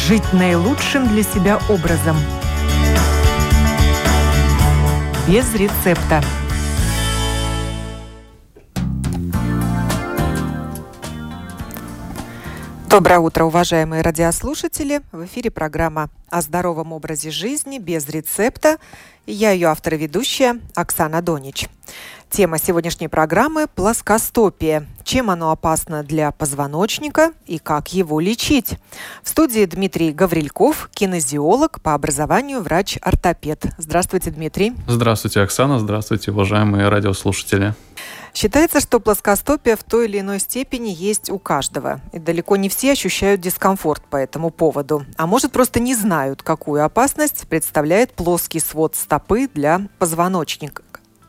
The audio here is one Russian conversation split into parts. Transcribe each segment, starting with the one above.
Жить наилучшим для себя образом. Без рецепта. Доброе утро, уважаемые радиослушатели. В эфире программа о здоровом образе жизни без рецепта. И я ее автор и ведущая Оксана Донич. Тема сегодняшней программы – плоскостопие. Чем оно опасно для позвоночника и как его лечить? В студии Дмитрий Гаврильков, кинезиолог, по образованию врач-ортопед. Здравствуйте, Дмитрий. Здравствуйте, Оксана. Здравствуйте, уважаемые радиослушатели. Считается, что плоскостопие в той или иной степени есть у каждого. И далеко не все ощущают дискомфорт по этому поводу. А может, просто не знают, какую опасность представляет плоский свод стопы для позвоночника.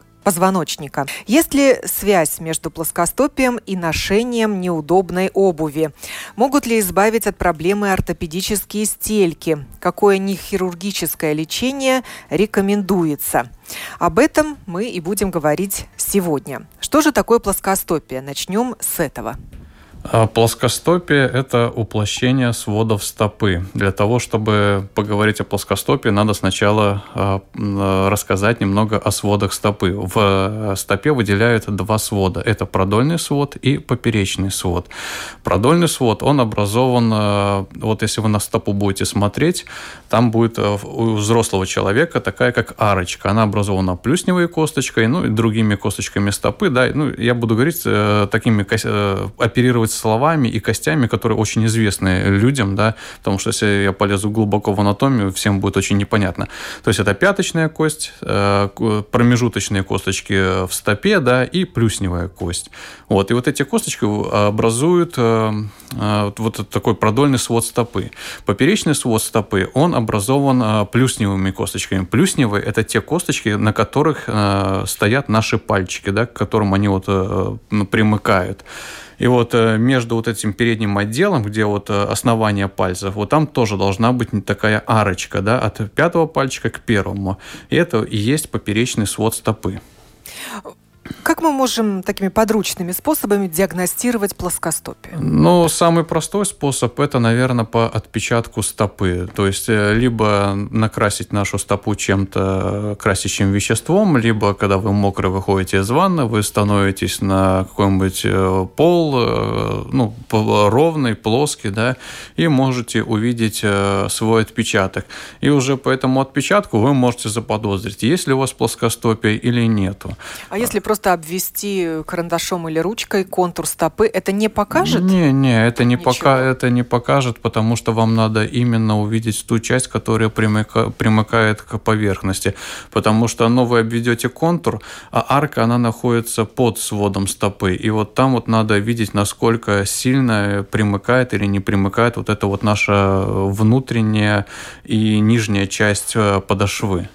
Есть ли связь между плоскостопием и ношением неудобной обуви? Могут ли избавить от проблемы ортопедические стельки? Какое нехирургическое лечение рекомендуется? Об этом мы и будем говорить сегодня. Что же такое плоскостопие? Начнем с этого. Плоскостопие – это уплощение сводов стопы. Для того, чтобы поговорить о плоскостопии, надо сначала рассказать немного о сводах стопы. В стопе выделяют два свода. Это продольный свод и поперечный свод. Продольный свод, он образован, вот если вы на стопу будете смотреть, там будет у взрослого человека такая, как арочка. Она образована плюсневой косточкой, и другими косточками стопы. Да, я буду говорить такими, оперировать словами и костями, которые очень известны людям, да, потому что если я полезу глубоко в анатомию, всем будет очень непонятно. То есть это пяточная кость, промежуточные косточки в стопе, да, и плюсневая кость. Вот, и вот эти косточки образуют вот такой продольный свод стопы. Поперечный свод стопы, он образован плюсневыми косточками. Плюсневые – это те косточки, на которых стоят наши пальчики, да, к которым они вот примыкают. И вот между вот этим передним отделом, где вот основание пальцев, вот там тоже должна быть такая арочка, да, от пятого пальчика к первому. И это и есть поперечный свод стопы. Как мы можем такими подручными способами диагностировать плоскостопие? Самый простой способ – это, наверное, по отпечатку стопы. То есть, либо накрасить нашу стопу чем-то красящим веществом, либо, когда вы мокрый выходите из ванны, вы становитесь на какой-нибудь пол, ровный, плоский, да, и можете увидеть свой отпечаток. И уже по этому отпечатку вы можете заподозрить, есть ли у вас плоскостопие или нету. А если просто обвести карандашом или ручкой контур стопы, это не покажет? Это не покажет, потому что вам надо именно увидеть ту часть, которая примыкает к поверхности. Потому что вы обведете контур, а арка, она находится под сводом стопы. И вот там вот надо видеть, насколько сильно примыкает или не примыкает вот эта вот наша внутренняя и нижняя часть подошвы.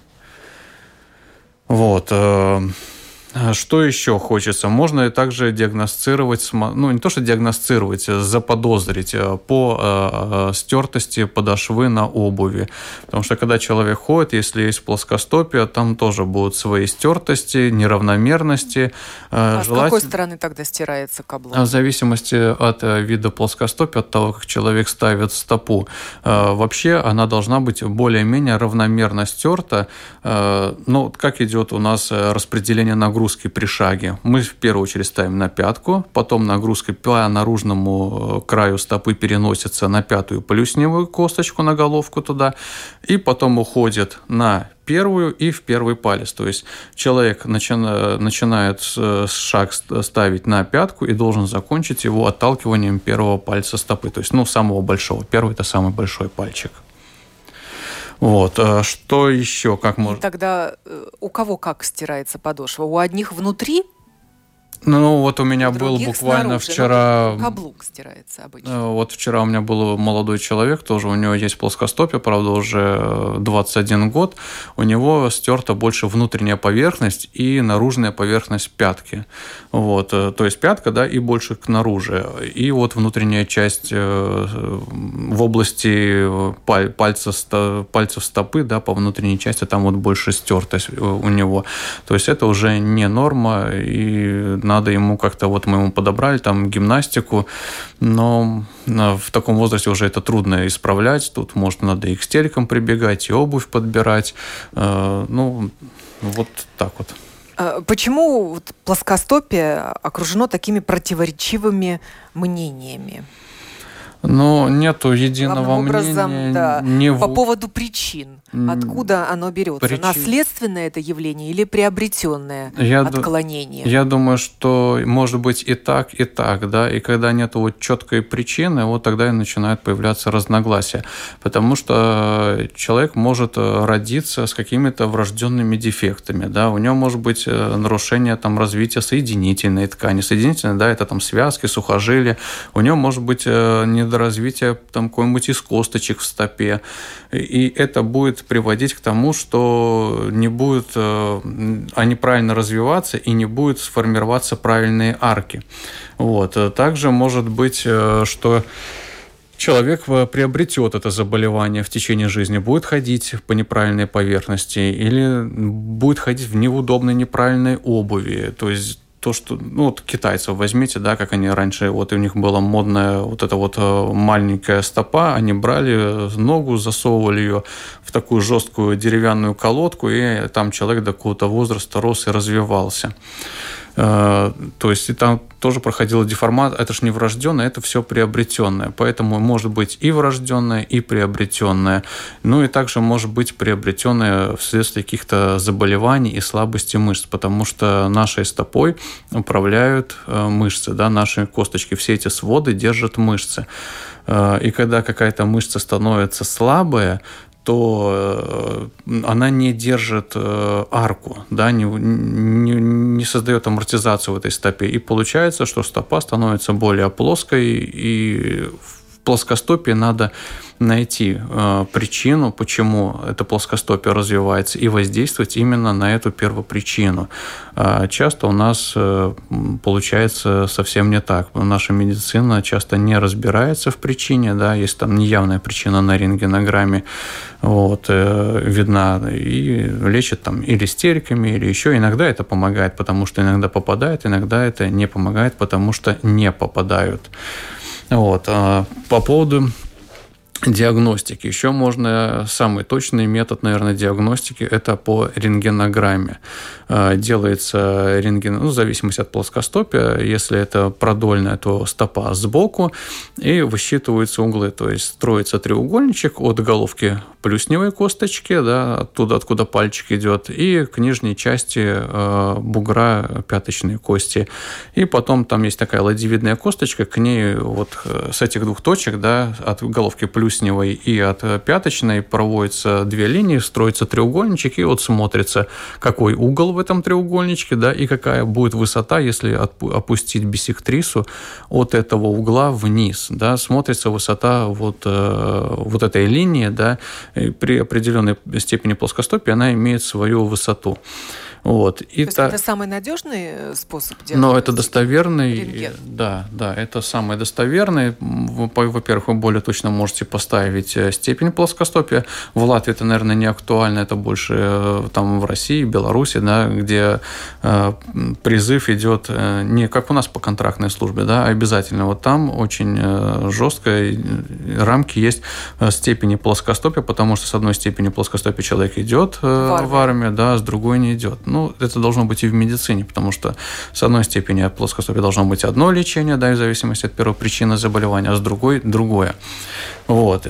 Вот. Что еще хочется? Можно также диагностировать, не то что диагностировать, заподозрить по стертости подошвы на обуви. Потому что когда человек ходит, если есть плоскостопие, там тоже будут свои стертости, неравномерности. С какой стороны тогда стирается каблук? В зависимости от вида плоскостопия, от того, как человек ставит стопу. Вообще она должна быть более-менее равномерно стерта. Как идет у нас распределение нагрузки при шаге. Мы в первую очередь ставим на пятку, потом нагрузка по наружному краю стопы переносится на пятую плюсневую косточку, на головку туда, и потом уходит на первую и в первый палец. То есть человек начинает шаг ставить на пятку и должен закончить его отталкиванием первого пальца стопы, то есть самого большого. Первый – это самый большой пальчик. Вот. Что еще? Как можно? Тогда у кого как стирается подошва? У одних внутри? Вот у меня был буквально снаружи, вчера... Каблук стирается обычно. Вот вчера у меня был молодой человек, тоже у него есть плоскостопие, правда, уже 21 год. У него стерта больше внутренняя поверхность и наружная поверхность пятки. Вот. То есть пятка, да, и больше к наружу. И вот внутренняя часть в области пальцев стопы, да, по внутренней части, там вот больше стертость у него. То есть это уже не норма, и надо ему как-то, вот мы ему подобрали там гимнастику, но в таком возрасте уже это трудно исправлять, тут, может, надо и к стелькам прибегать, и обувь подбирать, ну, вот так вот. Почему плоскостопие окружено такими противоречивыми мнениями? Но нету единого Главным образом, мнения. Да, по поводу причин. Откуда оно берется? Наследственное это явление или приобретенное отклонение? Я думаю, что может быть и так, да. И когда нету вот четкой причины, вот тогда и начинают появляться разногласия. Потому что человек может родиться с какими-то врожденными дефектами, да. У него может быть нарушение там развития соединительной ткани. Соединительная, да, это там связки, сухожилия. У него может быть недоразвитие там какой-нибудь из косточек в стопе. И это будет приводить к тому, что не будут они правильно развиваться и не будут сформироваться правильные арки. Вот. Также может быть, что человек приобретет это заболевание в течение жизни, будет ходить по неправильной поверхности или будет ходить в неудобной неправильной обуви. То есть то, что, ну, вот китайцев возьмите, да, как они раньше, вот у них была модная вот эта вот маленькая стопа, они брали ногу, засовывали ее в такую жесткую деревянную колодку, и там человек до какого-то возраста рос и развивался. То есть и там тоже проходила деформация. Это же не врожденное, это все приобретенное. Поэтому может быть и врожденное, и приобретенное. Ну и также может быть приобретенное вследствие каких-то заболеваний и слабости мышц, потому что нашей стопой управляют мышцы, да, наши косточки. Все эти своды держат мышцы. И когда какая-то мышца становится слабая, то она не держит арку, да, не создает амортизацию в этой стопе. И получается, что стопа становится более плоской, и в плоскостопии надо найти причину, почему это плоскостопие развивается, и воздействовать именно на эту первопричину. Часто у нас получается совсем не так. Наша медицина часто не разбирается в причине, да, есть там неявная причина на рентгенограмме, вот, видна, и лечат там или стельками, или еще. Иногда это помогает, потому что иногда попадает, иногда это не помогает, потому что не попадают. Вот. По поводу диагностики. Еще можно, самый точный метод, наверное, диагностики – это по рентгенограмме. Делается рентген, ну, в зависимости от плоскостопия. Если это продольная, то стопа сбоку, и высчитываются углы. То есть строится треугольничек от головки плюсневой косточки, да, оттуда, откуда пальчик идет, и к нижней части бугра пяточной кости. И потом там есть такая ладьевидная косточка, к ней вот с этих двух точек, да, от головки плюсневой и от пяточной проводятся две линии, строится треугольничек, и вот смотрится, какой угол в этом треугольничке, да, и какая будет высота, если опустить биссектрису от этого угла вниз, да, смотрится высота вот этой линии, да, при определенной степени плоскостопия она имеет свою высоту. Вот. И то есть это самый надежный способ диагностики? Но это достоверный, рентген. Да, это самый достоверный. Во-первых, вы более точно можете поставить степень плоскостопия. В Латвии это, наверное, не актуально, это больше там в России, Беларуси, да, где призыв идет не как у нас по контрактной службе, да, а обязательно. Вот там очень жестко рамки есть степени плоскостопия, потому что с одной степени плоскостопия человек идет в армию, да, с другой не идет. Ну, это должно быть и в медицине, потому что с одной степени плоскостопия должно быть одно лечение, да, в зависимости от первопричины заболевания, а с другой – другое. Вот.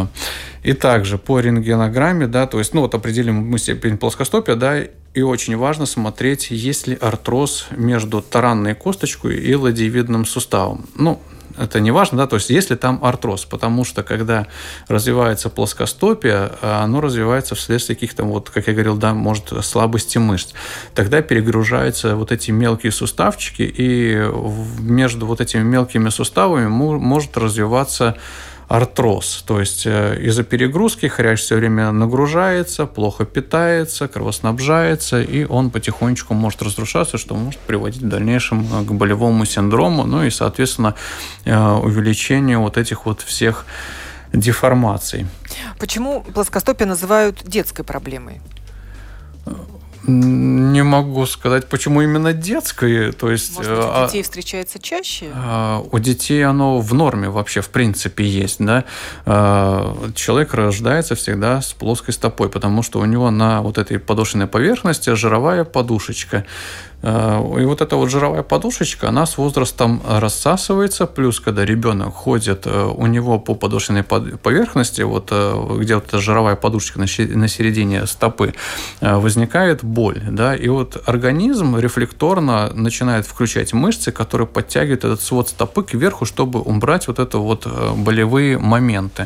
И также по рентгенограмме, да, то есть, ну, вот определим мы степень плоскостопия, да, и очень важно смотреть, есть ли артроз между таранной косточкой и ладьевидным суставом. Ну, это не важно, да, то есть если там артроз, потому что когда развивается плоскостопие, оно развивается вследствие каких-то, вот, как я говорил, да, может, слабости мышц. Тогда перегружаются вот эти мелкие суставчики, и между вот этими мелкими суставами может развиваться артроз, то есть из-за перегрузки хрящ все время нагружается, плохо питается, кровоснабжается, и он потихонечку может разрушаться, что может приводить в дальнейшем к болевому синдрому, ну и, соответственно, увеличению вот этих вот всех деформаций. Почему плоскостопие называют детской проблемой? Не могу сказать, почему именно детское. То есть, может быть, у детей встречается чаще? У детей оно в норме вообще, в принципе, есть. Да? Человек рождается всегда с плоской стопой, потому что у него на вот этой подошвенной поверхности жировая подушечка. И вот эта вот жировая подушечка, она с возрастом рассасывается, плюс, когда ребенок ходит, у него по подошвенной поверхности, вот где вот эта жировая подушечка на середине стопы, возникает боль, да, и вот организм рефлекторно начинает включать мышцы, которые подтягивают этот свод стопы кверху, чтобы убрать вот это вот болевые моменты.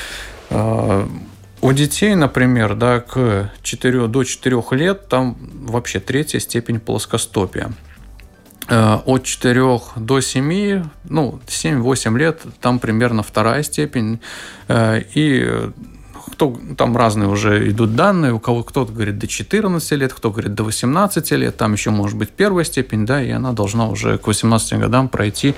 У детей, например, да, до 4 лет там вообще 3-я степень плоскостопия. От 4 до 7, 7-8 лет там примерно 2-я степень. И там разные уже идут данные, у кого кто-то говорит до 14 лет, кто говорит до 18 лет, там еще может быть 1-я степень, да, и она должна уже к 18 годам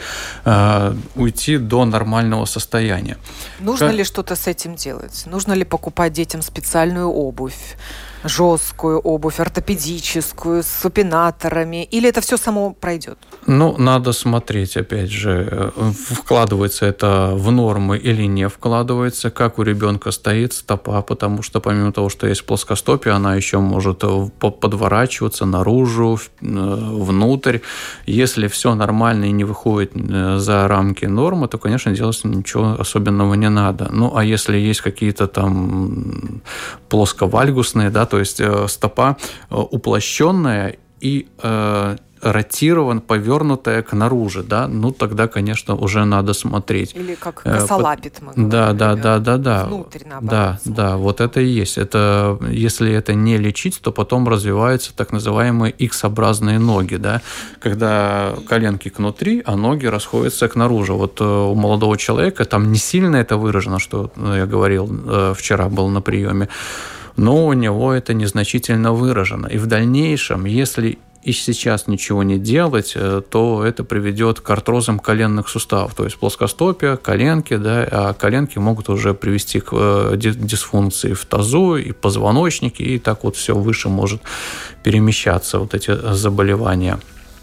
уйти до нормального состояния. Нужно ли что-то с этим делать? Нужно ли покупать детям специальную обувь? Жесткую обувь, ортопедическую, с супинаторами, или это все само пройдет? Надо смотреть, опять же, вкладывается это в нормы или не вкладывается, как у ребенка стоит стопа, потому что помимо того, что есть плоскостопие, она еще может подворачиваться наружу, внутрь. Если все нормально и не выходит за рамки нормы, то, конечно, делать ничего особенного не надо. А если есть какие-то там плосковальгусные, да, то есть стопа уплощенная и повернутая к наружу, да, тогда, конечно, уже надо смотреть. Или как косолапит, мы говорим. Да. Внутрь, наоборот. Да, вот это и есть. Это, если это не лечить, то потом развиваются так называемые X-образные ноги, да, когда коленки кнутри, а ноги расходятся к наружу. Вот у молодого человека там не сильно это выражено, что я говорил, вчера был на приеме, но у него это незначительно выражено. И в дальнейшем, если и сейчас ничего не делать, то это приведет к артрозам коленных суставов, то есть плоскостопие, коленки, да, а коленки могут уже привести к дисфункции в тазу и позвоночнике, и так вот все выше может перемещаться, вот эти заболевания.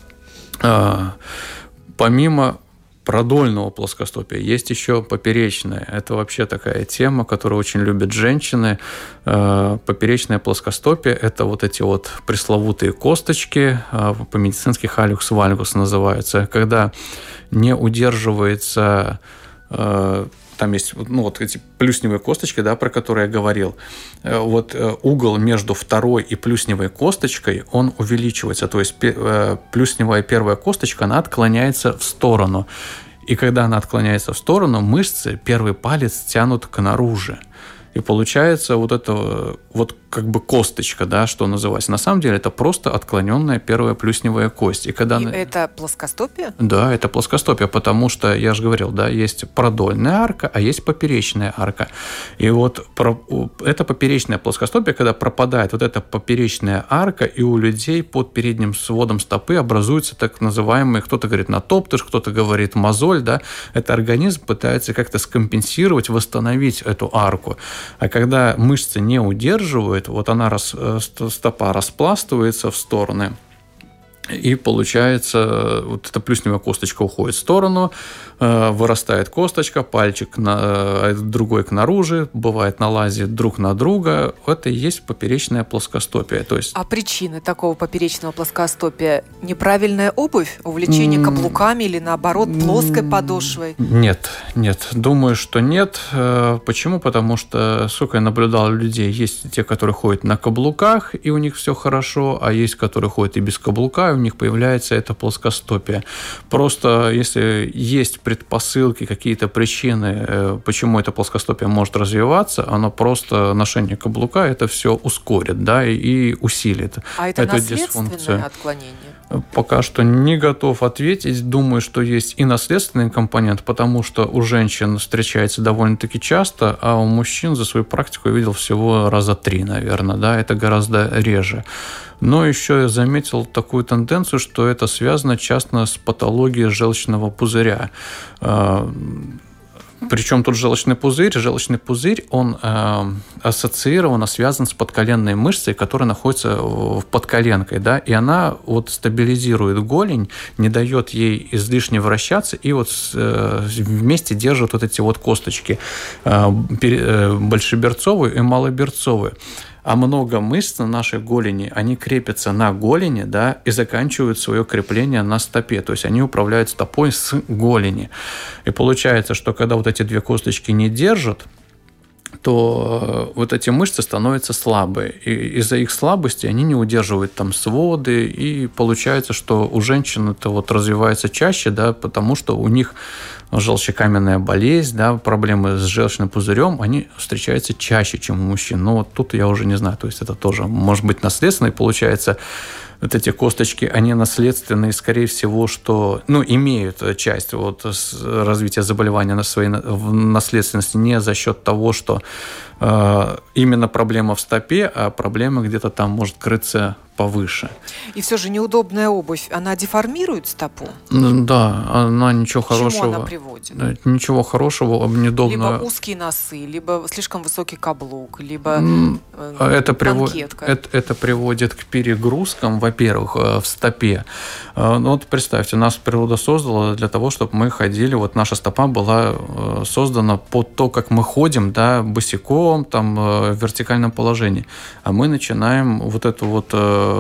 Помимо продольного плоскостопия есть еще поперечное. Это вообще такая тема, которую очень любят женщины. Поперечное плоскостопие – это вот эти вот пресловутые косточки, по-медицински халюкс вальгус называются, когда не удерживается, там есть вот эти плюсневые косточки, да, про которые я говорил. Вот угол между второй и плюсневой косточкой, он увеличивается. То есть плюсневая первая косточка, она отклоняется в сторону. И когда она отклоняется в сторону, мышцы, первый палец тянут к наружу. И получается вот это вот как бы косточка, да, что называется. На самом деле это просто отклоненная первая плюсневая кость. И это плоскостопие? Да, это плоскостопие, потому что, я же говорил, да, есть продольная арка, а есть поперечная арка. И вот это поперечное плоскостопие, когда пропадает вот эта поперечная арка, и у людей под передним сводом стопы образуется так называемый, кто-то говорит натоптыш, кто-то говорит мозоль, да, это организм пытается как-то скомпенсировать, восстановить эту арку. А когда мышцы не удерживают, вот стопа распластывается в стороны, и получается, вот эта плюсневая косточка уходит в сторону, вырастает косточка, пальчик другой к наружу, бывает налазит друг на друга. Это и есть поперечное плоскостопие. То есть... А причины такого поперечного плоскостопия? Неправильная обувь, увлечение каблуками или наоборот плоской подошвой? Нет, думаю, что нет. Почему? Потому что, сколько я наблюдал людей, есть те, которые ходят на каблуках, и у них все хорошо, а есть, которые ходят и без каблука, и у них появляется это плоскостопие. Просто если есть предпосылки, какие-то причины, почему это плоскостопие может развиваться, оно просто ношение каблука это все ускорит, да, и усилит эту дисфункцию. Отклонение? Пока что не готов ответить. Думаю, что есть и наследственный компонент, потому что у женщин встречается довольно-таки часто, а у мужчин за свою практику я видел всего раза 3, наверное, да, это гораздо реже. Но еще я заметил такую тенденцию, что это связано часто с патологией желчного пузыря. Причем тут желчный пузырь. Желчный пузырь, он ассоциирован, связан с подколенной мышцей, которая находится под коленкой, да, и она вот стабилизирует голень, не дает ей излишне вращаться, и вот вместе держит вот эти вот косточки большеберцовую и малоберцовую. А много мышц на нашей голени, они крепятся на голени, да, и заканчивают свое крепление на стопе. То есть они управляют стопой с голени. И получается, что когда вот эти две косточки не держат, то вот эти мышцы становятся слабые. И из-за их слабости они не удерживают там своды. И получается, что у женщин это вот развивается чаще, да, потому что у них желчекаменная болезнь, да, проблемы с желчным пузырем, они встречаются чаще, чем у мужчин. Но вот тут я уже не знаю, то есть это тоже может быть наследственно, и получается, вот эти косточки, они наследственные, скорее всего, что, имеют часть вот развития заболевания на своей наследственности не за счет того, что именно проблема в стопе, а проблема где-то там может крыться повыше. И все же неудобная обувь, она деформирует стопу? Да, она ничего хорошего. К чему она приводит? Ничего хорошего, неудобно. Либо узкие носы, либо слишком высокий каблук, либо банкетка. Это приводит к перегрузкам, во-первых, в стопе. Вот представьте, нас природа создала для того, чтобы мы ходили, вот наша стопа была создана под то, как мы ходим, да, босиком, там, в вертикальном положении. А мы начинаем вот эту вот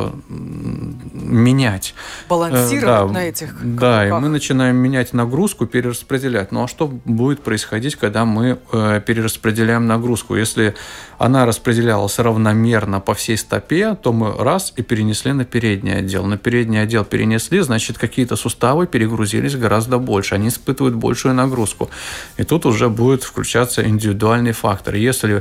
менять. Балансировать на этих каблуках. Да, и мы начинаем менять нагрузку, перераспределять. Ну а что будет происходить, когда мы перераспределяем нагрузку? Если она распределялась равномерно по всей стопе, то мы раз и перенесли на передний отдел. На передний отдел перенесли, значит, какие-то суставы перегрузились гораздо больше. Они испытывают большую нагрузку. И тут уже будет включаться индивидуальный фактор. Если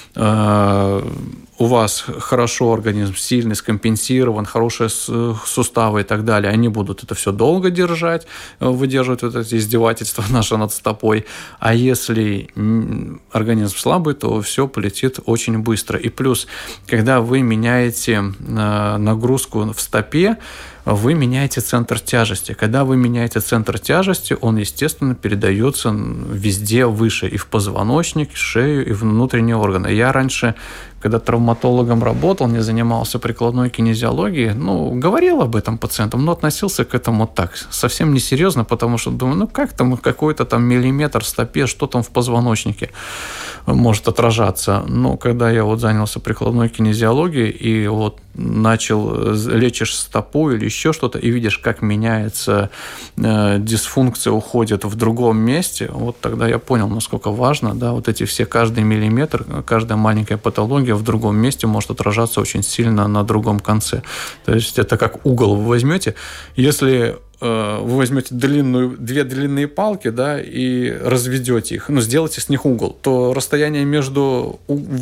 у вас хорошо организм, сильный, скомпенсирован, хорошие суставы и так далее, они будут это все долго держать, выдерживать вот эти издевательства наши над стопой. А если организм слабый, то все полетит очень быстро. И плюс, когда вы меняете нагрузку в стопе, вы меняете центр тяжести. Когда вы меняете центр тяжести, он, естественно, передается везде выше, и в позвоночник, и в шею, и в внутренние органы. Я раньше, когда травматологом работал, не занимался прикладной кинезиологией, говорил об этом пациентам, но относился к этому так, совсем несерьезно, потому что думаю, как там какой-то там миллиметр в стопе, что там в позвоночнике может отражаться. Но когда я вот занялся прикладной кинезиологией и вот лечишь стопу или еще что-то, и видишь, как меняется дисфункция, уходит в другом месте, вот тогда я понял, насколько важно, да, вот эти все, каждый миллиметр, каждая маленькая патология в другом месте может отражаться очень сильно на другом конце. То есть это как угол вы возьмете, если вы возьмете две длинные палки, да, и разведете их, сделайте с них угол, то расстояние между,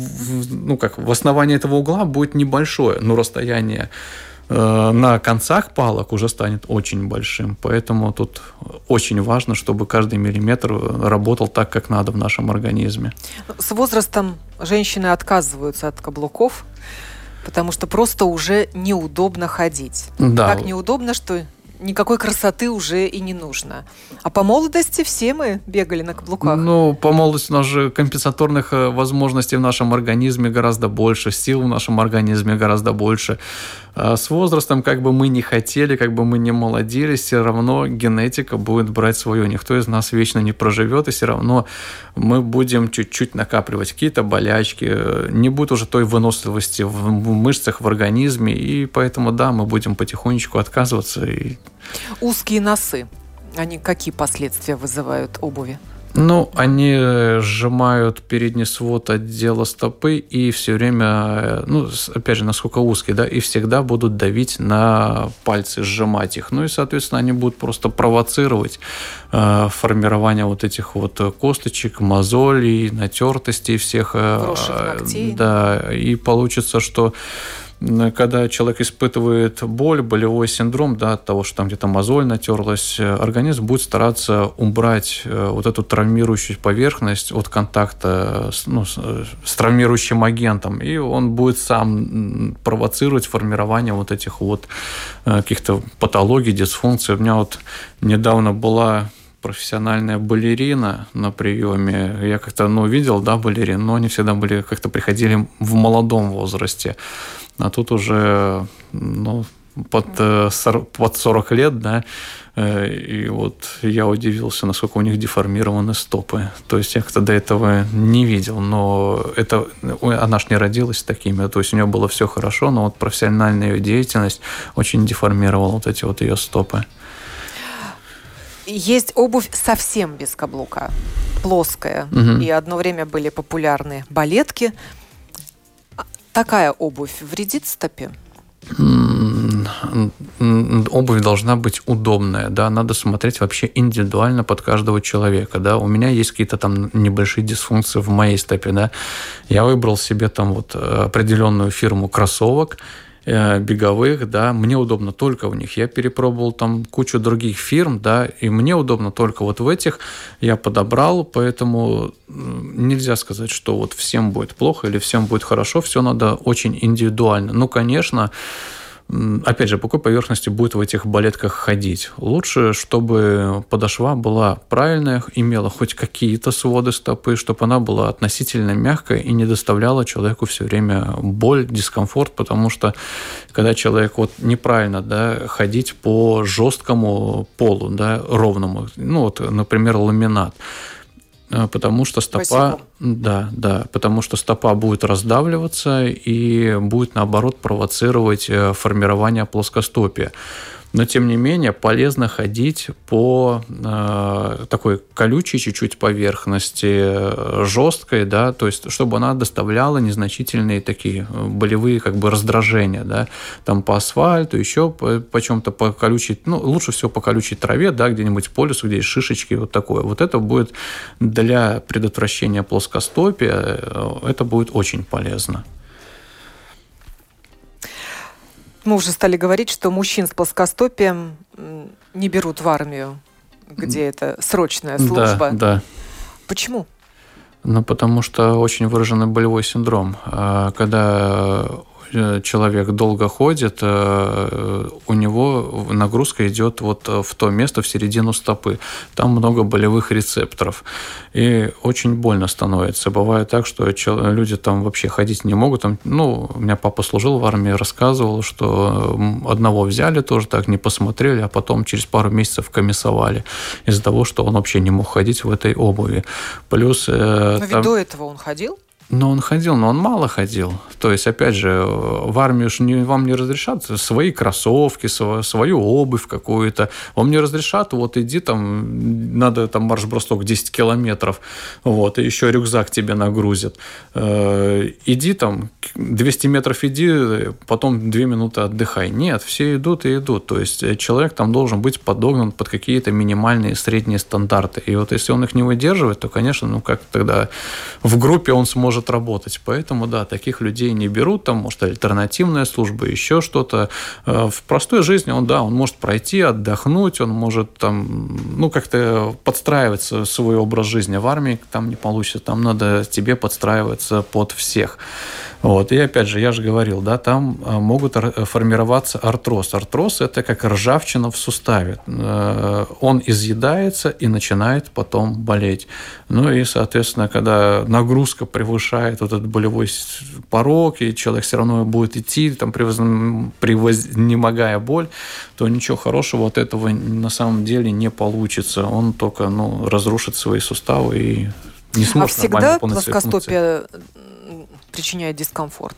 в основании этого угла будет небольшое, но расстояние на концах палок уже станет очень большим. Поэтому тут очень важно, чтобы каждый миллиметр работал так, как надо в нашем организме. С возрастом женщины отказываются от каблуков, потому что просто уже неудобно ходить. Да. Так неудобно, что никакой красоты уже и не нужно. А по молодости все мы бегали на каблуках. По молодости у нас же компенсаторных возможностей в нашем организме гораздо больше, сил в нашем организме гораздо больше. А с возрастом, как бы мы ни хотели, как бы мы ни молодились, все равно генетика будет брать свое. Никто из нас вечно не проживет, и все равно мы будем чуть-чуть накапливать какие-то болячки. Не будет уже той выносливости в мышцах, в организме, и поэтому, да, мы будем потихонечку отказываться. Узкие носы, они какие последствия вызывают обуви? Они сжимают передний свод отдела стопы и все время, опять же, насколько узкие, да, и всегда будут давить на пальцы, сжимать их. И, соответственно, они будут просто провоцировать формирование вот этих вот косточек, мозолей, натертостей всех. Вросших ногтей. Да, и получится, что когда человек испытывает боль, болевой синдром, да, от того, что там где-то мозоль натерлась, организм будет стараться убрать вот эту травмирующую поверхность от контакта с травмирующим агентом, и он будет сам провоцировать формирование вот этих вот каких-то патологий, дисфункций. У меня вот недавно была профессиональная балерина на приеме. Я как-то, видел, да, балерин, но они всегда были, как-то приходили в молодом возрасте. А тут уже, под 40 лет, да, и вот я удивился, насколько у них деформированы стопы. То есть я как-то до этого не видел, но она ж не родилась такими, то есть у нее было все хорошо, но вот профессиональная ее деятельность очень деформировала вот эти вот ее стопы. Есть обувь совсем без каблука, плоская, и одно время были популярны балетки. Такая обувь вредит стопе? Обувь должна быть удобная, да, надо смотреть вообще индивидуально под каждого человека, да. У меня есть какие-то там небольшие дисфункции в моей стопе, да. Я выбрал себе там вот определенную фирму кроссовок беговых, да, мне удобно только в них. Я перепробовал там кучу других фирм, да, и мне удобно только вот в этих. Я подобрал, поэтому нельзя сказать, что вот всем будет плохо или всем будет хорошо, все надо очень индивидуально. Ну, конечно, опять же, по какой поверхности будет в этих балетках ходить? Лучше, чтобы подошва была правильная, имела хоть какие-то своды стопы, чтобы она была относительно мягкая и не доставляла человеку все время боль, дискомфорт, потому что когда человек вот неправильно, да, ходить по жесткому полу, да, ровному, например, ламинат, потому что стопа, потому что стопа будет раздавливаться и будет, наоборот, провоцировать формирование плоскостопия. Но, тем не менее, полезно ходить по такой колючей чуть-чуть поверхности, жесткой, да, то есть, чтобы она доставляла незначительные такие болевые раздражения, да, там по асфальту, еще по чем-то, по колючей, лучше всего по колючей траве, да, где-нибудь по лесу, где есть шишечки, вот такое. Вот это будет для предотвращения плоскостопия, это будет очень полезно. Мы уже стали говорить, что мужчин с плоскостопием не берут в армию, где это срочная служба. Да. Почему? Потому что очень выраженный болевой синдром. Когда человек долго ходит, у него нагрузка идет вот в то место, в середину стопы. Там много болевых рецепторов. И очень больно становится. Бывает так, что люди там вообще ходить не могут. У меня папа служил в армии, рассказывал, что одного взяли тоже так, не посмотрели, а потом через пару месяцев комиссовали из-за того, что он вообще не мог ходить в этой обуви. Плюс... Но ведь до этого он ходил? Он ходил, но он мало ходил. То есть, опять же, в армию вам не разрешат свои кроссовки, свою обувь какую-то. Вам не разрешат, вот иди там, надо там марш-бросок 10 километров, вот, и еще рюкзак тебе нагрузят. Иди там, 200 метров иди, потом 2 минуты отдыхай. Нет, все идут и идут. То есть, человек там должен быть подогнан под какие-то минимальные средние стандарты. И вот если он их не выдерживает, то, конечно, как тогда в группе он сможет работать. Поэтому, да, таких людей не берут, там, может, альтернативная служба, еще что-то. В простой жизни он может пройти, отдохнуть, он может там, как-то подстраиваться в свой образ жизни. В армии там не получится, там надо тебе подстраиваться под всех. Вот. И опять же, я же говорил, да, там могут формироваться артроз. Артроз – это как ржавчина в суставе. Он изъедается и начинает потом болеть. И, соответственно, когда нагрузка превышает вот этот болевой порог, и человек все равно будет идти, там, превознемогая боль, то ничего хорошего от этого на самом деле не получится. Он только разрушит свои суставы и не сможет нормально выполнять свои функции. Плоскостопие причиняет дискомфорт?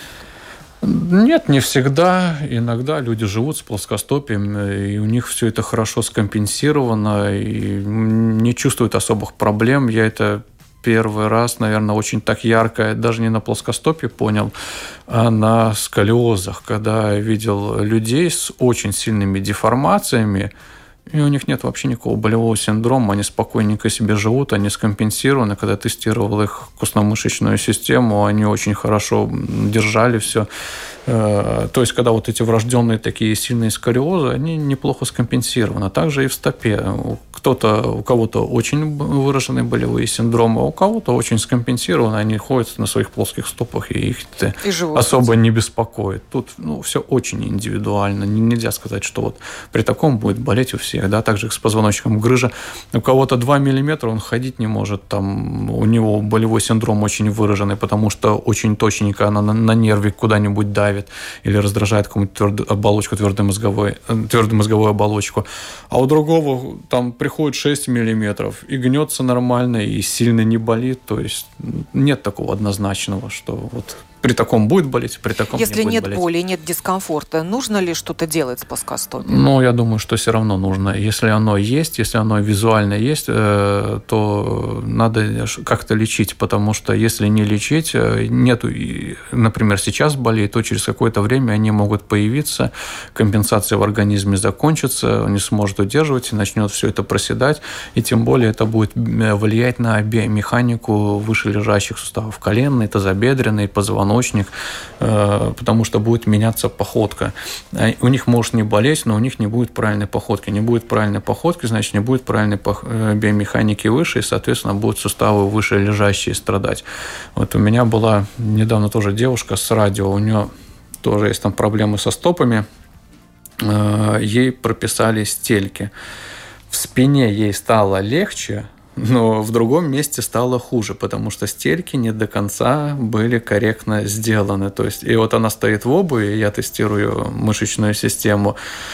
Нет, не всегда. Иногда люди живут с плоскостопием, и у них все это хорошо скомпенсировано, и не чувствуют особых проблем. Я это первый раз, наверное, очень так ярко, даже не на плоскостопии понял, а на сколиозах, когда я видел людей с очень сильными деформациями, и у них нет вообще никакого болевого синдрома, они спокойненько себе живут, они скомпенсированы. Когда тестировал их костно-мышечную систему, они очень хорошо держали все. То есть, когда вот эти врожденные такие сильные сколиозы, они неплохо скомпенсированы. Также и в стопе. У кого-то очень выраженные болевые синдромы, а у кого-то очень скомпенсированы, они ходят на своих плоских стопах, и их особо не беспокоит. Тут все очень индивидуально. Нельзя сказать, что вот при таком будет болеть у всех всех, да, также с позвоночником. Грыжа у кого-то 2 мм, он ходить не может, там, у него болевой синдром очень выраженный, потому что очень точненько она на нервик куда-нибудь давит или раздражает какую-нибудь оболочку, твердую мозговую оболочку. А у другого там приходит 6 мм и гнется нормально, и сильно не болит, то есть нет такого однозначного, что вот при таком будет болеть, при таком не будет болеть. Если нет боли, нет дискомфорта, нужно ли что-то делать с плоскостопием? Ну, я думаю, что все равно нужно. Если оно есть, если оно визуально есть, то надо как-то лечить, потому что если не лечить, нету, например, сейчас болеет, то через какое-то время они могут появиться, компенсация в организме закончится, он не сможет удерживать, и начнет все это проседать, и тем более это будет влиять на биомеханику вышележащих суставов, коленный, тазобедренный, позвоночник, потому что будет меняться походка. У них может не болеть, но у них не будет правильной походки. Не будет правильной походки, значит, не будет правильной биомеханики выше, и, соответственно, будут суставы выше лежащие страдать. Вот у меня была недавно тоже девушка с радио, у нее тоже есть там проблемы со стопами, ей прописали стельки. В спине ей стало легче, но в другом месте стало хуже, потому что стельки не до конца были корректно сделаны. То есть, и вот она стоит в обуви, я тестирую мышечную систему,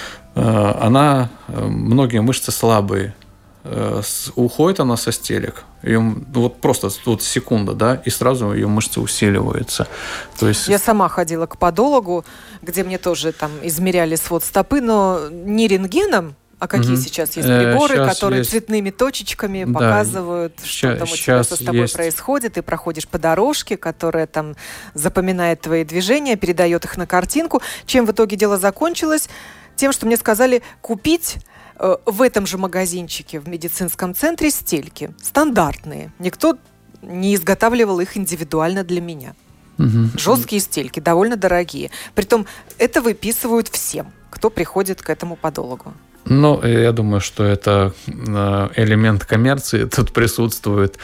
многие мышцы слабые, уходит она со стелек, вот просто вот секунда, да, и сразу ее мышцы усиливаются. То есть... Я сама ходила к подологу, где мне тоже там измеряли свод стопы, но не рентгеном, а какие сейчас есть приборы, которые есть... цветными точечками показывают, что там у тебя со стопой происходит. Ты проходишь по дорожке, которая там запоминает твои движения, передает их на картинку. Чем в итоге дело закончилось? Тем, что мне сказали купить в этом же магазинчике в медицинском центре стельки. Стандартные. Никто не изготавливал их индивидуально для меня. Жесткие стельки, довольно дорогие. Притом это выписывают всем, кто приходит к этому подологу. Ну, я думаю, что это элемент коммерции тут присутствует.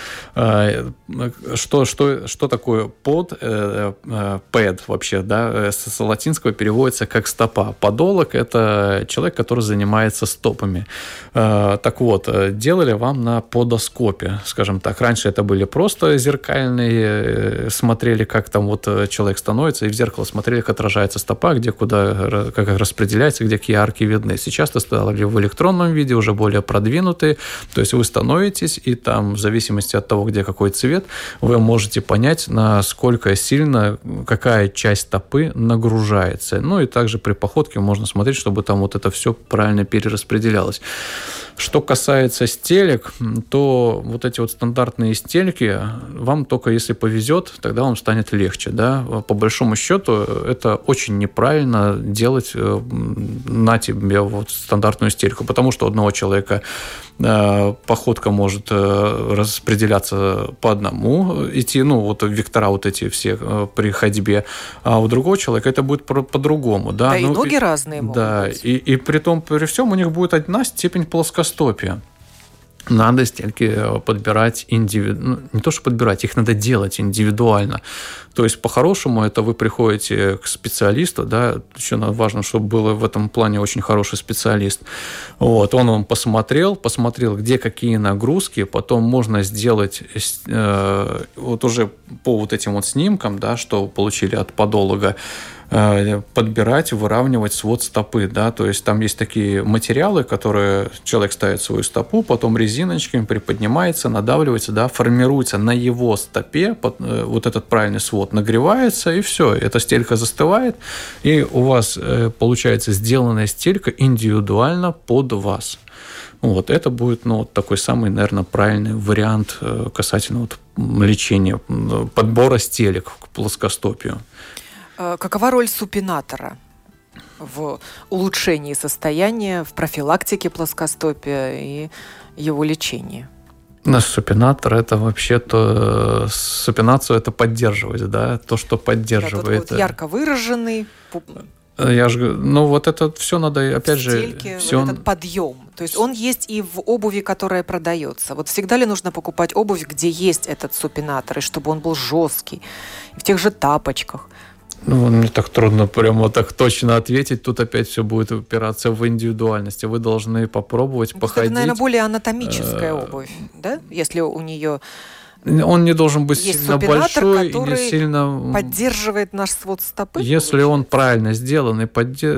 Что такое под? Ped вообще, да, с латинского переводится как стопа. Подолог – это человек, который занимается стопами. Так вот, делали вам на подоскопе, скажем так. Раньше это были просто зеркальные, смотрели, как там вот человек становится, и в зеркало смотрели, как отражается стопа, где куда, как распределяется, где какие арки видны. Сейчас это стало в электронном виде, уже более продвинутые. То есть вы становитесь, и там, в зависимости от того, где какой цвет, вы можете понять, насколько сильно какая часть стопы нагружается. Ну и также при походке можно смотреть, чтобы там вот это все правильно перераспределялось. Что касается стелек, то вот эти вот стандартные стельки вам только если повезет, тогда вам станет легче. Да? По большому счету это очень неправильно делать на тебе вот стандартную стельку, потому что у одного человека походка может распределяться по одному, идти, ну, вот вектора вот эти все при ходьбе, а у другого человека это будет по-другому. Да, и ноги разные могут быть. И при том, при всем у них будет одна степень плоскостопия. Надо стельки подбирать индивидуально. Не то, что подбирать, их надо делать индивидуально. То есть, по-хорошему, это вы приходите к специалисту, да, еще важно, чтобы был в этом плане очень хороший специалист. Вот, он вам посмотрел, где какие нагрузки, потом можно сделать вот уже по вот этим вот снимкам, да, что получили от подолога, подбирать, выравнивать свод стопы, да, то есть там есть такие материалы, которые человек ставит свою стопу, потом резиночками приподнимается, надавливается, да, формируется на его стопе вот этот правильный свод, нагревается, и все, эта стелька застывает, и у вас получается сделанная стелька индивидуально под вас. Вот, это будет, ну, вот такой самый, наверное, правильный вариант касательно вот лечения, подбора стелек к плоскостопию. Какова роль супинатора в улучшении состояния, в профилактике плоскостопия и его лечении? Супинатор – это вообще-то… Супинацию – это поддерживать, да? То, что поддерживает. Да, вот ярко выраженный… Я же, ну, вот это все надо, опять же… Стельки, все вот этот подъем. То есть он есть и в обуви, которая продается. Вот всегда ли нужно покупать обувь, где есть этот супинатор, и чтобы он был жесткий, в тех же тапочках? Мне так трудно прямо так точно ответить. Тут опять все будет упираться в индивидуальность. Вы должны попробовать походить. Это, наверное, более анатомическая обувь, да? Если у нее... Он не должен быть есть сильно большой и не сильно... поддерживает наш свод стопы. Если он правильно сделан и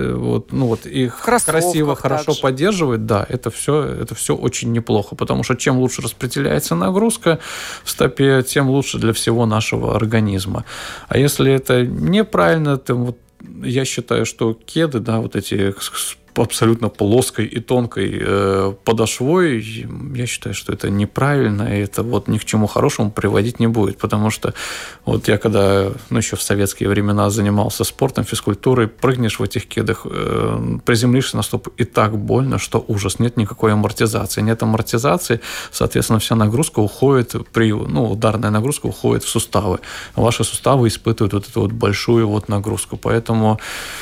красиво, хорошо также поддерживает, да, это все очень неплохо, потому что чем лучше распределяется нагрузка в стопе, тем лучше для всего нашего организма. А если это неправильно, то я считаю, что кеды, да, вот эти абсолютно плоской и тонкой подошвой, я считаю, что это неправильно, и это ни к чему хорошему приводить не будет, потому что я когда еще в советские времена занимался спортом, физкультурой, прыгнешь в этих кедах, приземлишься на стопу, и так больно, что ужас, нет никакой амортизации. Нет амортизации, соответственно, вся нагрузка уходит, ударная нагрузка уходит в суставы. Ваши суставы испытывают эту большую нагрузку, поэтому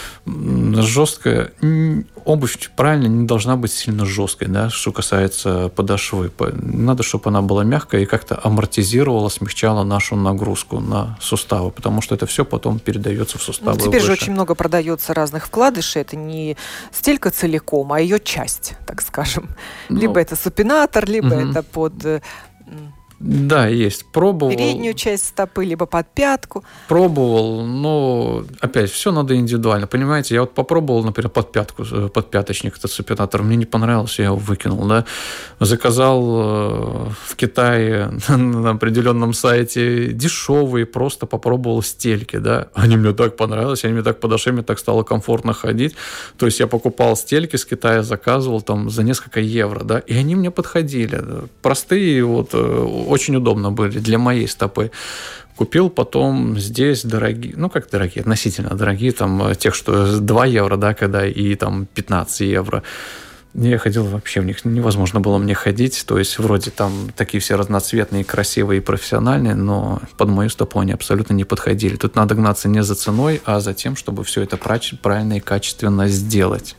жесткая обувь правильно не должна быть сильно жесткой, да, что касается подошвы. Надо, чтобы она была мягкая и как-то амортизировала, смягчала нашу нагрузку на суставы, потому что это все потом передается в суставы. Теперь же очень много продается разных вкладышей. Это не стелька целиком, а ее часть, так скажем. Либо это супинатор, либо это под... Да, есть. Пробовал. Переднюю часть стопы, либо под пятку. Пробовал, но опять все надо индивидуально. Понимаете, я попробовал, например, под пяточник, этот супинатор, мне не понравился, я его выкинул. Да? Заказал в Китае на определенном сайте дешевые, просто попробовал стельки. Да? Они мне так понравились, они мне так подошли, мне так стало комфортно ходить. То есть я покупал стельки с Китая, заказывал там за несколько евро, да? И они мне подходили. Простые, очень удобно были для моей стопы. Купил потом здесь дорогие, дорогие, относительно дорогие, там, тех, что 2 евро, да, когда и там 15 евро. Я ходил, вообще в них невозможно было мне ходить, то есть вроде там такие все разноцветные, красивые и профессиональные, но под мою стопу они абсолютно не подходили. Тут надо гнаться не за ценой, а за тем, чтобы все это правильно и качественно сделать.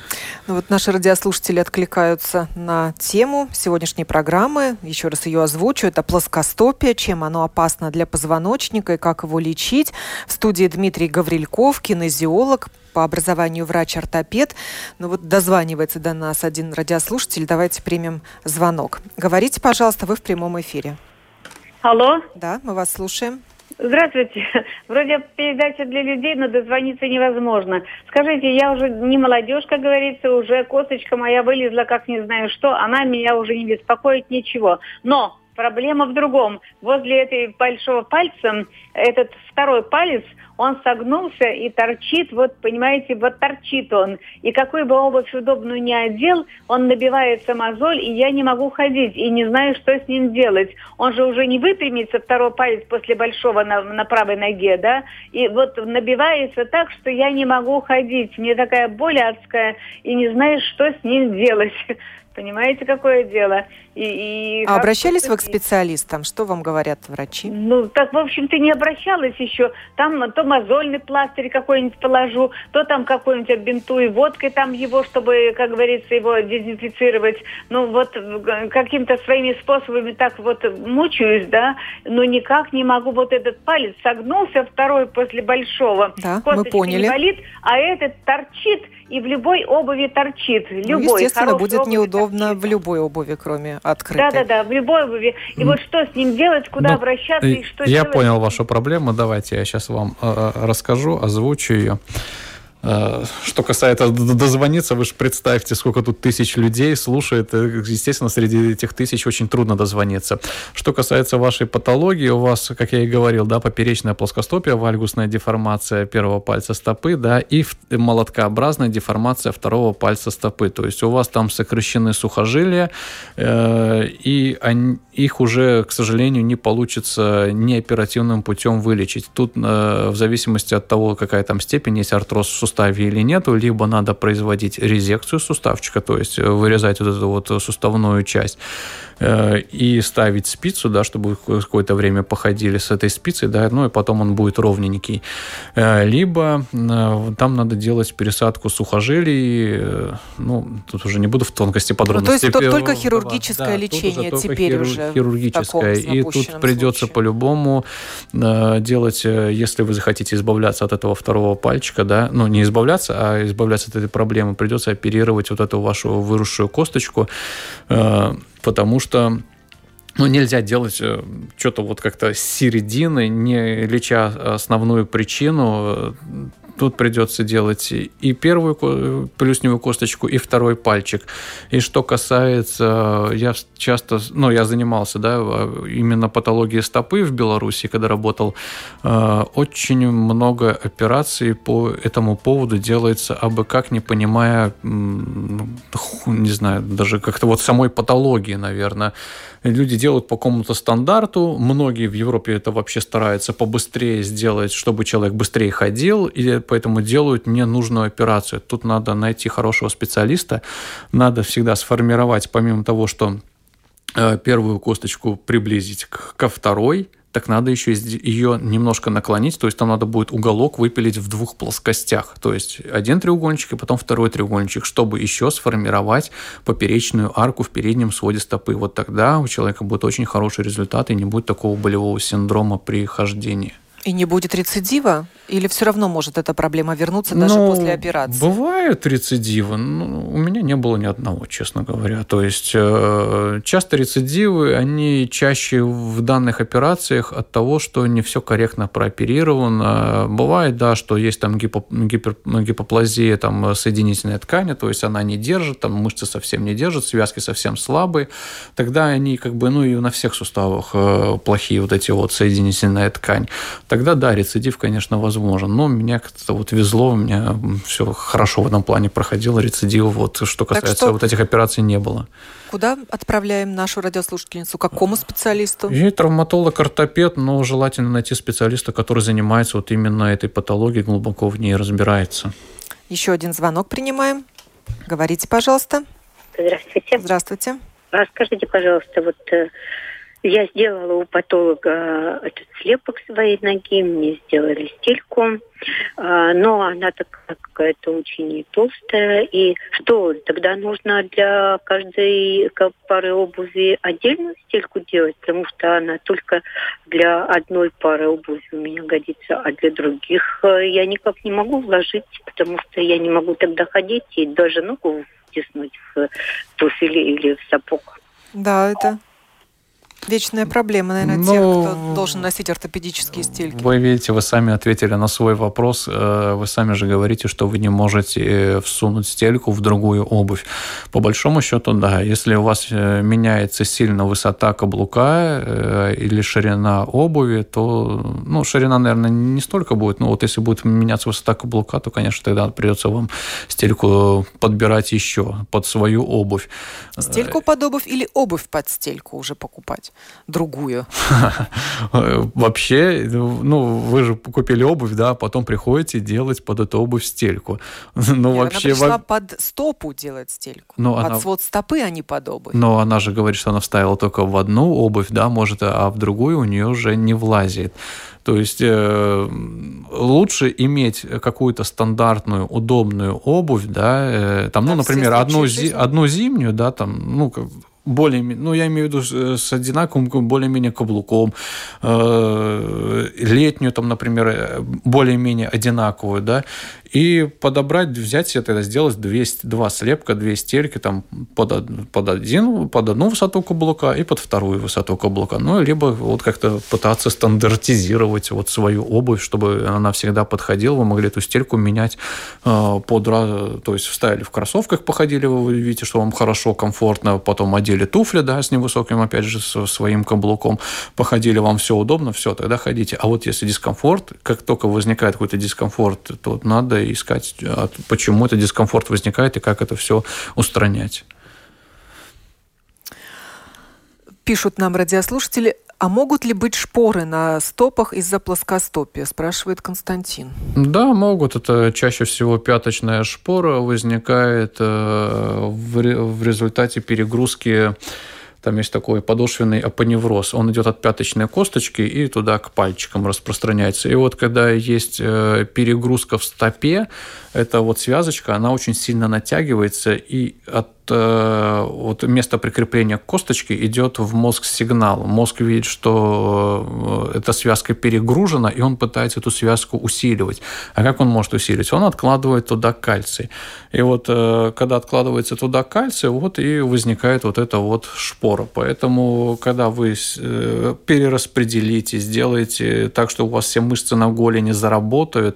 Наши радиослушатели откликаются на тему сегодняшней программы. Еще раз ее озвучу. Это плоскостопие, чем оно опасно для позвоночника и как его лечить. В студии Дмитрий Гаврильков, кинезиолог, по образованию врач-ортопед. Дозванивается до нас один радиослушатель. Давайте примем звонок. Говорите, пожалуйста, вы в прямом эфире. Алло. Да, мы вас слушаем. Здравствуйте. Вроде передача для людей, но дозвониться невозможно. Скажите, я уже не молодежь, как говорится, уже косточка моя вылезла, как не знаю что, она меня уже не беспокоит ничего. Но проблема в другом. Возле этой большого пальца, этот второй палец, он согнулся и торчит, понимаете, торчит он. И какую бы обувь удобную ни одел, он набивается мозоль, и я не могу ходить, и не знаю, что с ним делать. Он же уже не выпрямится, второй палец после большого на правой ноге, да? И набивается так, что я не могу ходить. Мне такая боль адская, и не знаю, что с ним делать. Понимаете, какое дело? А обращались вы к специалистам? Что вам говорят врачи? Так, в общем-то, не обращалась еще. Там то мозольный пластырь какой-нибудь положу, то там какой-нибудь оббинтую водкой там его, чтобы, как говорится, его дезинфицировать. Какими-то своими способами так мучаюсь, да, но никак не могу. Этот палец согнулся, второй после большого. Да, косточка мы поняли. Не болит, а этот торчит, и в любой обуви торчит. Любой. Естественно, будет неудобно торчит. В любой обуви, кроме открытой. Да, в любой обуви. И что с ним делать, куда обращаться и что я делать? Я понял вашу проблему. Давайте я сейчас вам расскажу, озвучу ее. Что касается дозвониться, вы же представьте, сколько тут тысяч людей слушает. Естественно, среди этих тысяч очень трудно дозвониться. Что касается вашей патологии, у вас, как я и говорил, да, поперечная плоскостопие, вальгусная деформация первого пальца стопы, да, и молоткообразная деформация второго пальца стопы. То есть у вас там сокращены сухожилия, и их уже, к сожалению, не получится неоперативным путем вылечить. Тут в зависимости от того, какая там степень, есть артроз в суставе, суставе или нету, либо надо производить резекцию суставчика, то есть вырезать вот эту вот суставную часть и ставить спицу, да, чтобы какое-то время походили с этой спицей, да, ну и потом он будет ровненький. Либо там надо делать пересадку сухожилий, ну, тут уже не буду в тонкости подробностей. Ну, то есть только хирургическое лечение теперь уже хирургическое. И тут придется по-любому делать, если вы захотите избавляться от этого второго пальчика, да, ну, не избавляться, а избавляться от этой проблемы, придется оперировать вот эту вашу выросшую косточку, потому что нельзя делать что-то вот как-то с середины, не леча основную причину. Тут придется делать и первую плюсневую косточку, и второй пальчик. И что касается, я занимался, да, именно патологией стопы в Беларуси, когда работал, очень много операций по этому поводу делается, абы как, не понимая, не знаю, даже как-то вот самой патологии, наверное. Люди делают по какому-то стандарту, многие в Европе это вообще стараются побыстрее сделать, чтобы человек быстрее ходил, и поэтому делают ненужную операцию. Тут надо найти хорошего специалиста, надо всегда сформировать, помимо того, что первую косточку приблизить ко второй, так надо еще ее немножко наклонить, то есть там надо будет уголок выпилить в двух плоскостях, то есть один треугольничек и потом второй треугольничек, чтобы еще сформировать поперечную арку в переднем своде стопы. Вот тогда у человека будет очень хороший результат и не будет такого болевого синдрома при хождении. И не будет рецидива? Или все равно может эта проблема вернуться даже после операции? Бывают рецидивы. У меня не было ни одного, честно говоря. То есть часто рецидивы, они чаще в данных операциях от того, что не все корректно прооперировано. Бывает, да, что есть там гипоплазия там, соединительной ткани, то есть она не держит, там мышцы совсем не держат, связки совсем слабые. Тогда они как бы, и на всех суставах плохие вот эти вот соединительная ткань. Тогда, да, рецидив, конечно, возможен. Но меня как-то вот везло, у меня все хорошо в этом плане проходило. Рецидива, вот, что касается вот этих операций, не было. Куда отправляем нашу радиослушательницу? К какому специалисту? И травматолог-ортопед, но желательно найти специалиста, который занимается вот именно этой патологией, глубоко в ней разбирается. Еще один звонок принимаем. Говорите, пожалуйста. Здравствуйте. Здравствуйте. Скажите, пожалуйста, вот я сделала у патолога этот слепок своей ноги, мне сделали стельку, но она такая какая-то очень толстая. И что, тогда нужно для каждой пары обуви отдельную стельку делать, потому что она только для одной пары обуви у меня годится, а для других я никак не могу вложить, потому что я не могу тогда ходить и даже ногу втиснуть в туфель или в сапог. Да, это вечная проблема, наверное, тех, кто должен носить ортопедические стельки. Вы видите, вы сами ответили на свой вопрос. Вы сами же говорите, что вы не можете всунуть стельку в другую обувь. По большому счету, да. Если у вас меняется сильно высота каблука или ширина обуви, то, ширина, наверное, не столько будет. Но вот если будет меняться высота каблука, то, конечно, тогда придется вам стельку подбирать еще под свою обувь. Стельку под обувь или обувь под стельку уже покупать? Другую. Вообще, вы же купили обувь, да, потом приходите делать под эту обувь стельку. Она пришла под стопу делать стельку. Под свод стопы, а не под обувь. Но она же говорит, что она вставила только в одну обувь, да, может, а в другую у нее уже не влазит. То есть лучше иметь какую-то стандартную, удобную обувь, да, там, например, одну зимнюю, да, там, более, я имею в виду с одинаковым более-менее каблуком, летнюю, там, например, более-менее одинаковую, да, и подобрать, взять себе тогда, сделать два слепка, две стельки там, под одну высоту каблука и под вторую высоту каблука. Либо вот как-то пытаться стандартизировать вот свою обувь, чтобы она всегда подходила. Вы могли эту стельку менять то есть вставили в кроссовках, походили, вы видите, что вам хорошо, комфортно, потом одели туфли, да, с невысоким, опять же, со своим каблуком, походили, вам все удобно, все, тогда ходите. А вот если дискомфорт, как только возникает какой-то дискомфорт, то надо искать, почему этот дискомфорт возникает и как это все устранять. Пишут нам радиослушатели, А могут ли быть шпоры на стопах из-за плоскостопия, спрашивает Константин. Да, могут. Это чаще всего пяточная шпора возникает в результате перегрузки. Там есть такой подошвенный апоневроз. Он идет от пяточной косточки и туда к пальчикам распространяется. И вот когда есть перегрузка в стопе, эта вот связочка, она очень сильно натягивается, и от вот места прикрепления к косточке идет в мозг сигнал. Мозг видит, что эта связка перегружена, и он пытается эту связку усиливать. А как он может усилить? Он откладывает туда кальций. И вот когда откладывается туда кальций, вот и возникает вот эта вот шпора. Поэтому, когда вы перераспределите, сделаете так, что у вас все мышцы на голени заработают,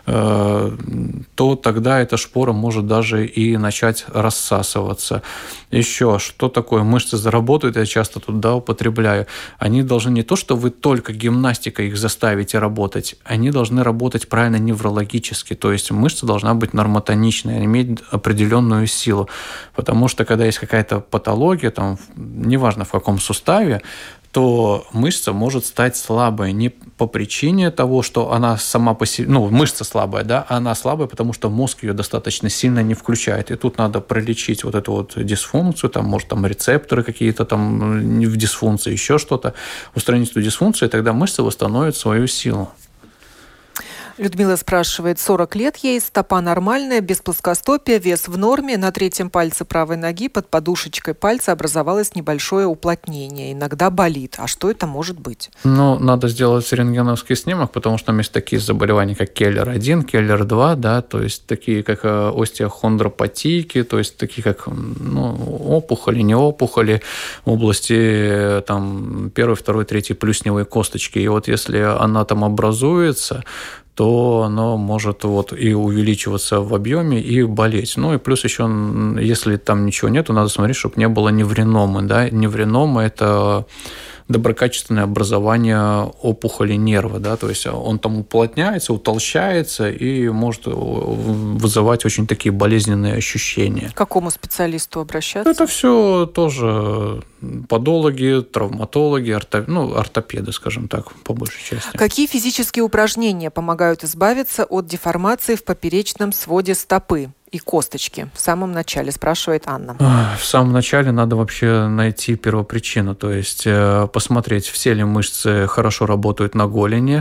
то тогда эта шпора может даже и начать рассасываться. Еще, что такое мышцы заработают, я часто туда употребляю. Они должны не то, что вы только гимнастикой их заставите работать, они должны работать правильно неврологически, то есть мышца должна быть нормотоничной, иметь определенную силу, потому что когда есть какая-то патология, там, неважно в каком суставе, то мышца может стать слабой не по причине того, что она сама по себе, мышца слабая, да, она слабая, потому что мозг ее достаточно сильно не включает. И тут надо пролечить вот эту вот дисфункцию, там, может, там рецепторы какие-то там в дисфункции, еще что-то, устранить эту дисфункцию, и тогда мышца восстановит свою силу. Людмила спрашивает, 40 лет ей, стопа нормальная, без плоскостопия, вес в норме, на третьем пальце правой ноги под подушечкой пальца образовалось небольшое уплотнение, иногда болит. А что это может быть? Надо сделать рентгеновский снимок, потому что там есть такие заболевания, как Келлер-1, Келлер-2, да, то есть такие, как остеохондропатийки, то есть такие, как опухоли, не опухоли в области там, 1, 2, 3 плюсневой косточки. И вот если она там образуется, то оно может вот и увеличиваться в объеме и болеть. И плюс еще, если там ничего нету, надо смотреть, чтобы не было невриномы. Да? Невринома – это доброкачественное образование опухоли нерва, да, то есть он там уплотняется, утолщается и может вызывать очень такие болезненные ощущения. К какому специалисту обращаться? Это все тоже подологи, травматологи, ортопеды, скажем так, по большей части. Какие физические упражнения помогают избавиться от деформации в поперечном своде стопы и косточки? В самом начале, спрашивает Анна. В самом начале надо вообще найти первопричину, то есть посмотреть, все ли мышцы хорошо работают на голени,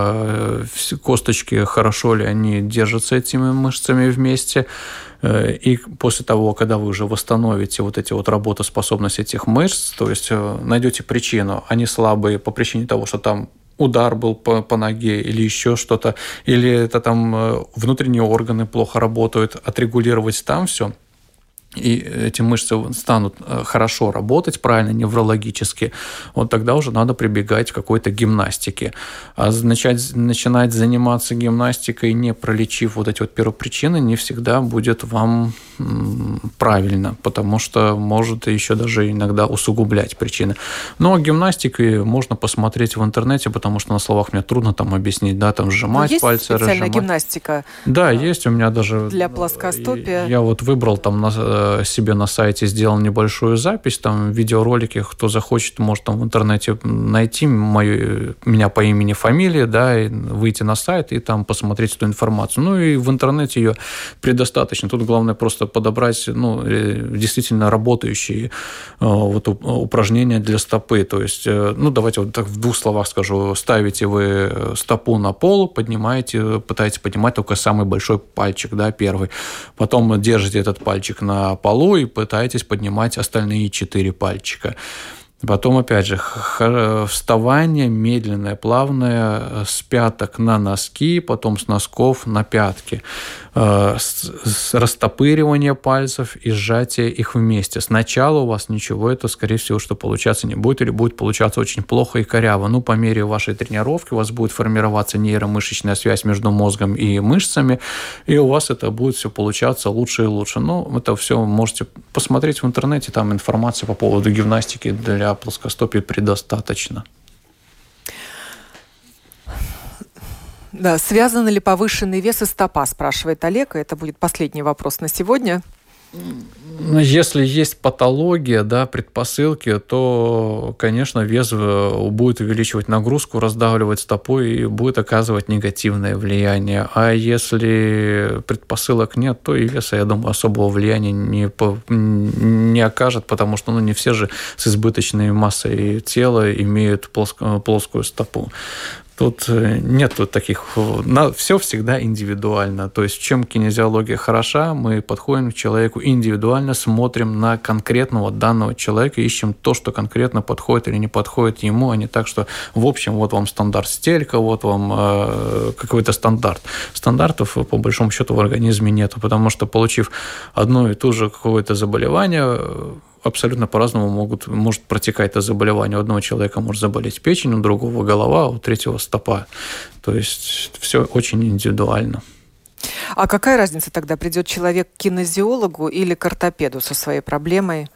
косточки хорошо ли они держатся этими мышцами вместе. И после того, когда вы уже восстановите вот эти вот работоспособность этих мышц, то есть найдете причину, они слабые по причине того, что там удар был по ноге или еще что-то, или это там внутренние органы плохо работают, отрегулировать там все, и эти мышцы станут хорошо работать, правильно, неврологически, вот тогда уже надо прибегать к какой-то гимнастике. А начинать заниматься гимнастикой, не пролечив вот эти вот первопричины, не всегда будет вам правильно, потому что может еще даже иногда усугублять причины. Но гимнастикой можно посмотреть в интернете, потому что на словах мне трудно там объяснить, да, там сжимать есть пальцы, разжимать. Есть специальная гимнастика? Да, есть у меня даже... Для плоскостопия? Я вот выбрал там себе на сайте, сделал небольшую запись, там видеоролики, кто захочет, может там в интернете найти меня по имени, фамилии, да, и выйти на сайт и там посмотреть эту информацию. И в интернете ее предостаточно. Тут главное просто подобрать действительно работающие упражнения для стопы. То есть, давайте вот так в 2 словах скажу. Ставите вы стопу на пол, поднимаете, пытаетесь поднимать только самый большой пальчик, да, первый. Потом держите этот пальчик на полу и пытаетесь поднимать остальные 4 пальчика. Потом, опять же, вставание медленное, плавное, с пяток на носки, потом с носков на пятки. Растопыривание пальцев и сжатие их вместе. Сначала у вас ничего это, скорее всего, что получаться не будет или будет получаться очень плохо и коряво. По мере вашей тренировки у вас будет формироваться нейромышечная связь между мозгом и мышцами, и у вас это будет все получаться лучше и лучше. Это все можете посмотреть в интернете, там информация по поводу гимнастики для плоскостопия предостаточно. Да, связан ли повышенный вес и стопа, спрашивает Олег. Это будет последний вопрос на сегодня. Если есть патология, да, предпосылки, то, конечно, вес будет увеличивать нагрузку, раздавливать стопу и будет оказывать негативное влияние. А если предпосылок нет, то и веса, я думаю, особого влияния не окажет, потому что не все же с избыточной массой тела имеют плоскую стопу. Тут нет таких... Все всегда индивидуально. То есть, чем кинезиология хороша, мы подходим к человеку индивидуально, смотрим на конкретного данного человека, ищем то, что конкретно подходит или не подходит ему, а не так, что в общем вот вам стандарт стелька, вот вам какой-то стандарт. Стандартов, по большому счету, в организме нет, потому что, получив одно и то же какое-то заболевание, абсолютно по-разному может протекать это заболевание. У одного человека может заболеть печень, у другого голова, у третьего стопа. То есть все очень индивидуально. А какая разница тогда? Придет человек к кинезиологу или к ортопеду со своей проблемой?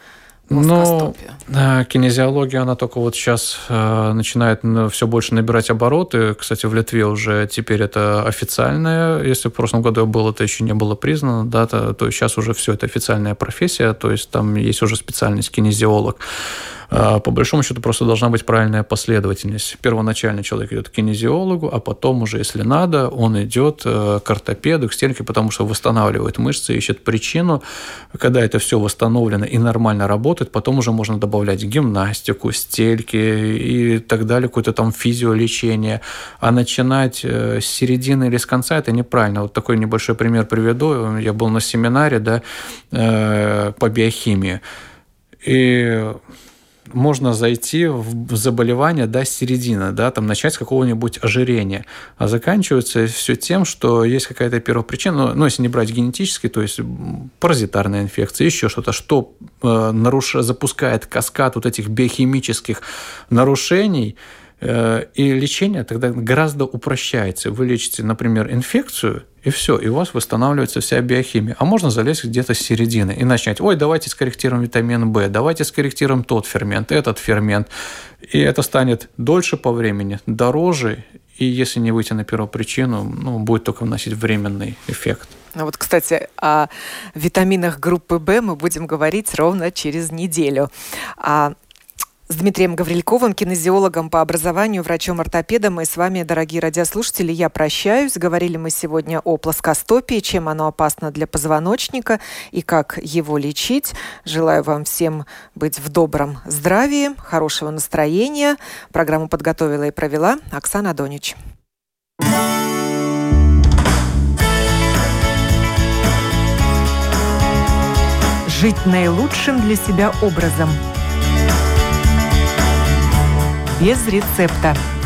Кинезиология, она только вот сейчас начинает все больше набирать обороты. Кстати, в Литве уже теперь это официальное. Если в прошлом году было, это еще не было признано, да, то сейчас уже все это официальная профессия, то есть там есть уже специальность кинезиолог. По большому счету просто должна быть правильная последовательность. Первоначально человек идет к кинезиологу, а потом уже, если надо, он идет к ортопеду, к стельке, потому что восстанавливает мышцы, ищет причину. Когда это все восстановлено и нормально работает, потом уже можно добавлять гимнастику, стельки и так далее, какое-то там физиолечение. А начинать с середины или с конца – это неправильно. Вот такой небольшой пример приведу. Я был на семинаре, да, по биохимии. И можно зайти в заболевание, да, с середины, да, там начать с какого-нибудь ожирения, а заканчивается все тем, что есть какая-то первопричина, если не брать генетически, то есть паразитарная инфекция, еще что-то, что запускает каскад вот этих биохимических нарушений, и лечение тогда гораздо упрощается. Вы лечите, например, инфекцию, и все, и у вас восстанавливается вся биохимия. А можно залезть где-то с середины и начать: давайте скорректируем витамин В, давайте скорректируем тот фермент, этот фермент. И это станет дольше по времени, дороже, и если не выйти на первопричину, будет только вносить временный эффект. Вот, кстати, о витаминах группы В мы будем говорить ровно через неделю. С Дмитрием Гаврильковым, кинезиологом по образованию, врачом-ортопедом. И с вами, дорогие радиослушатели, я прощаюсь. Говорили мы сегодня о плоскостопии, чем оно опасно для позвоночника и как его лечить. Желаю вам всем быть в добром здравии, хорошего настроения. Программу подготовила и провела Оксана Донич. Жить наилучшим для себя образом. Без рецепта.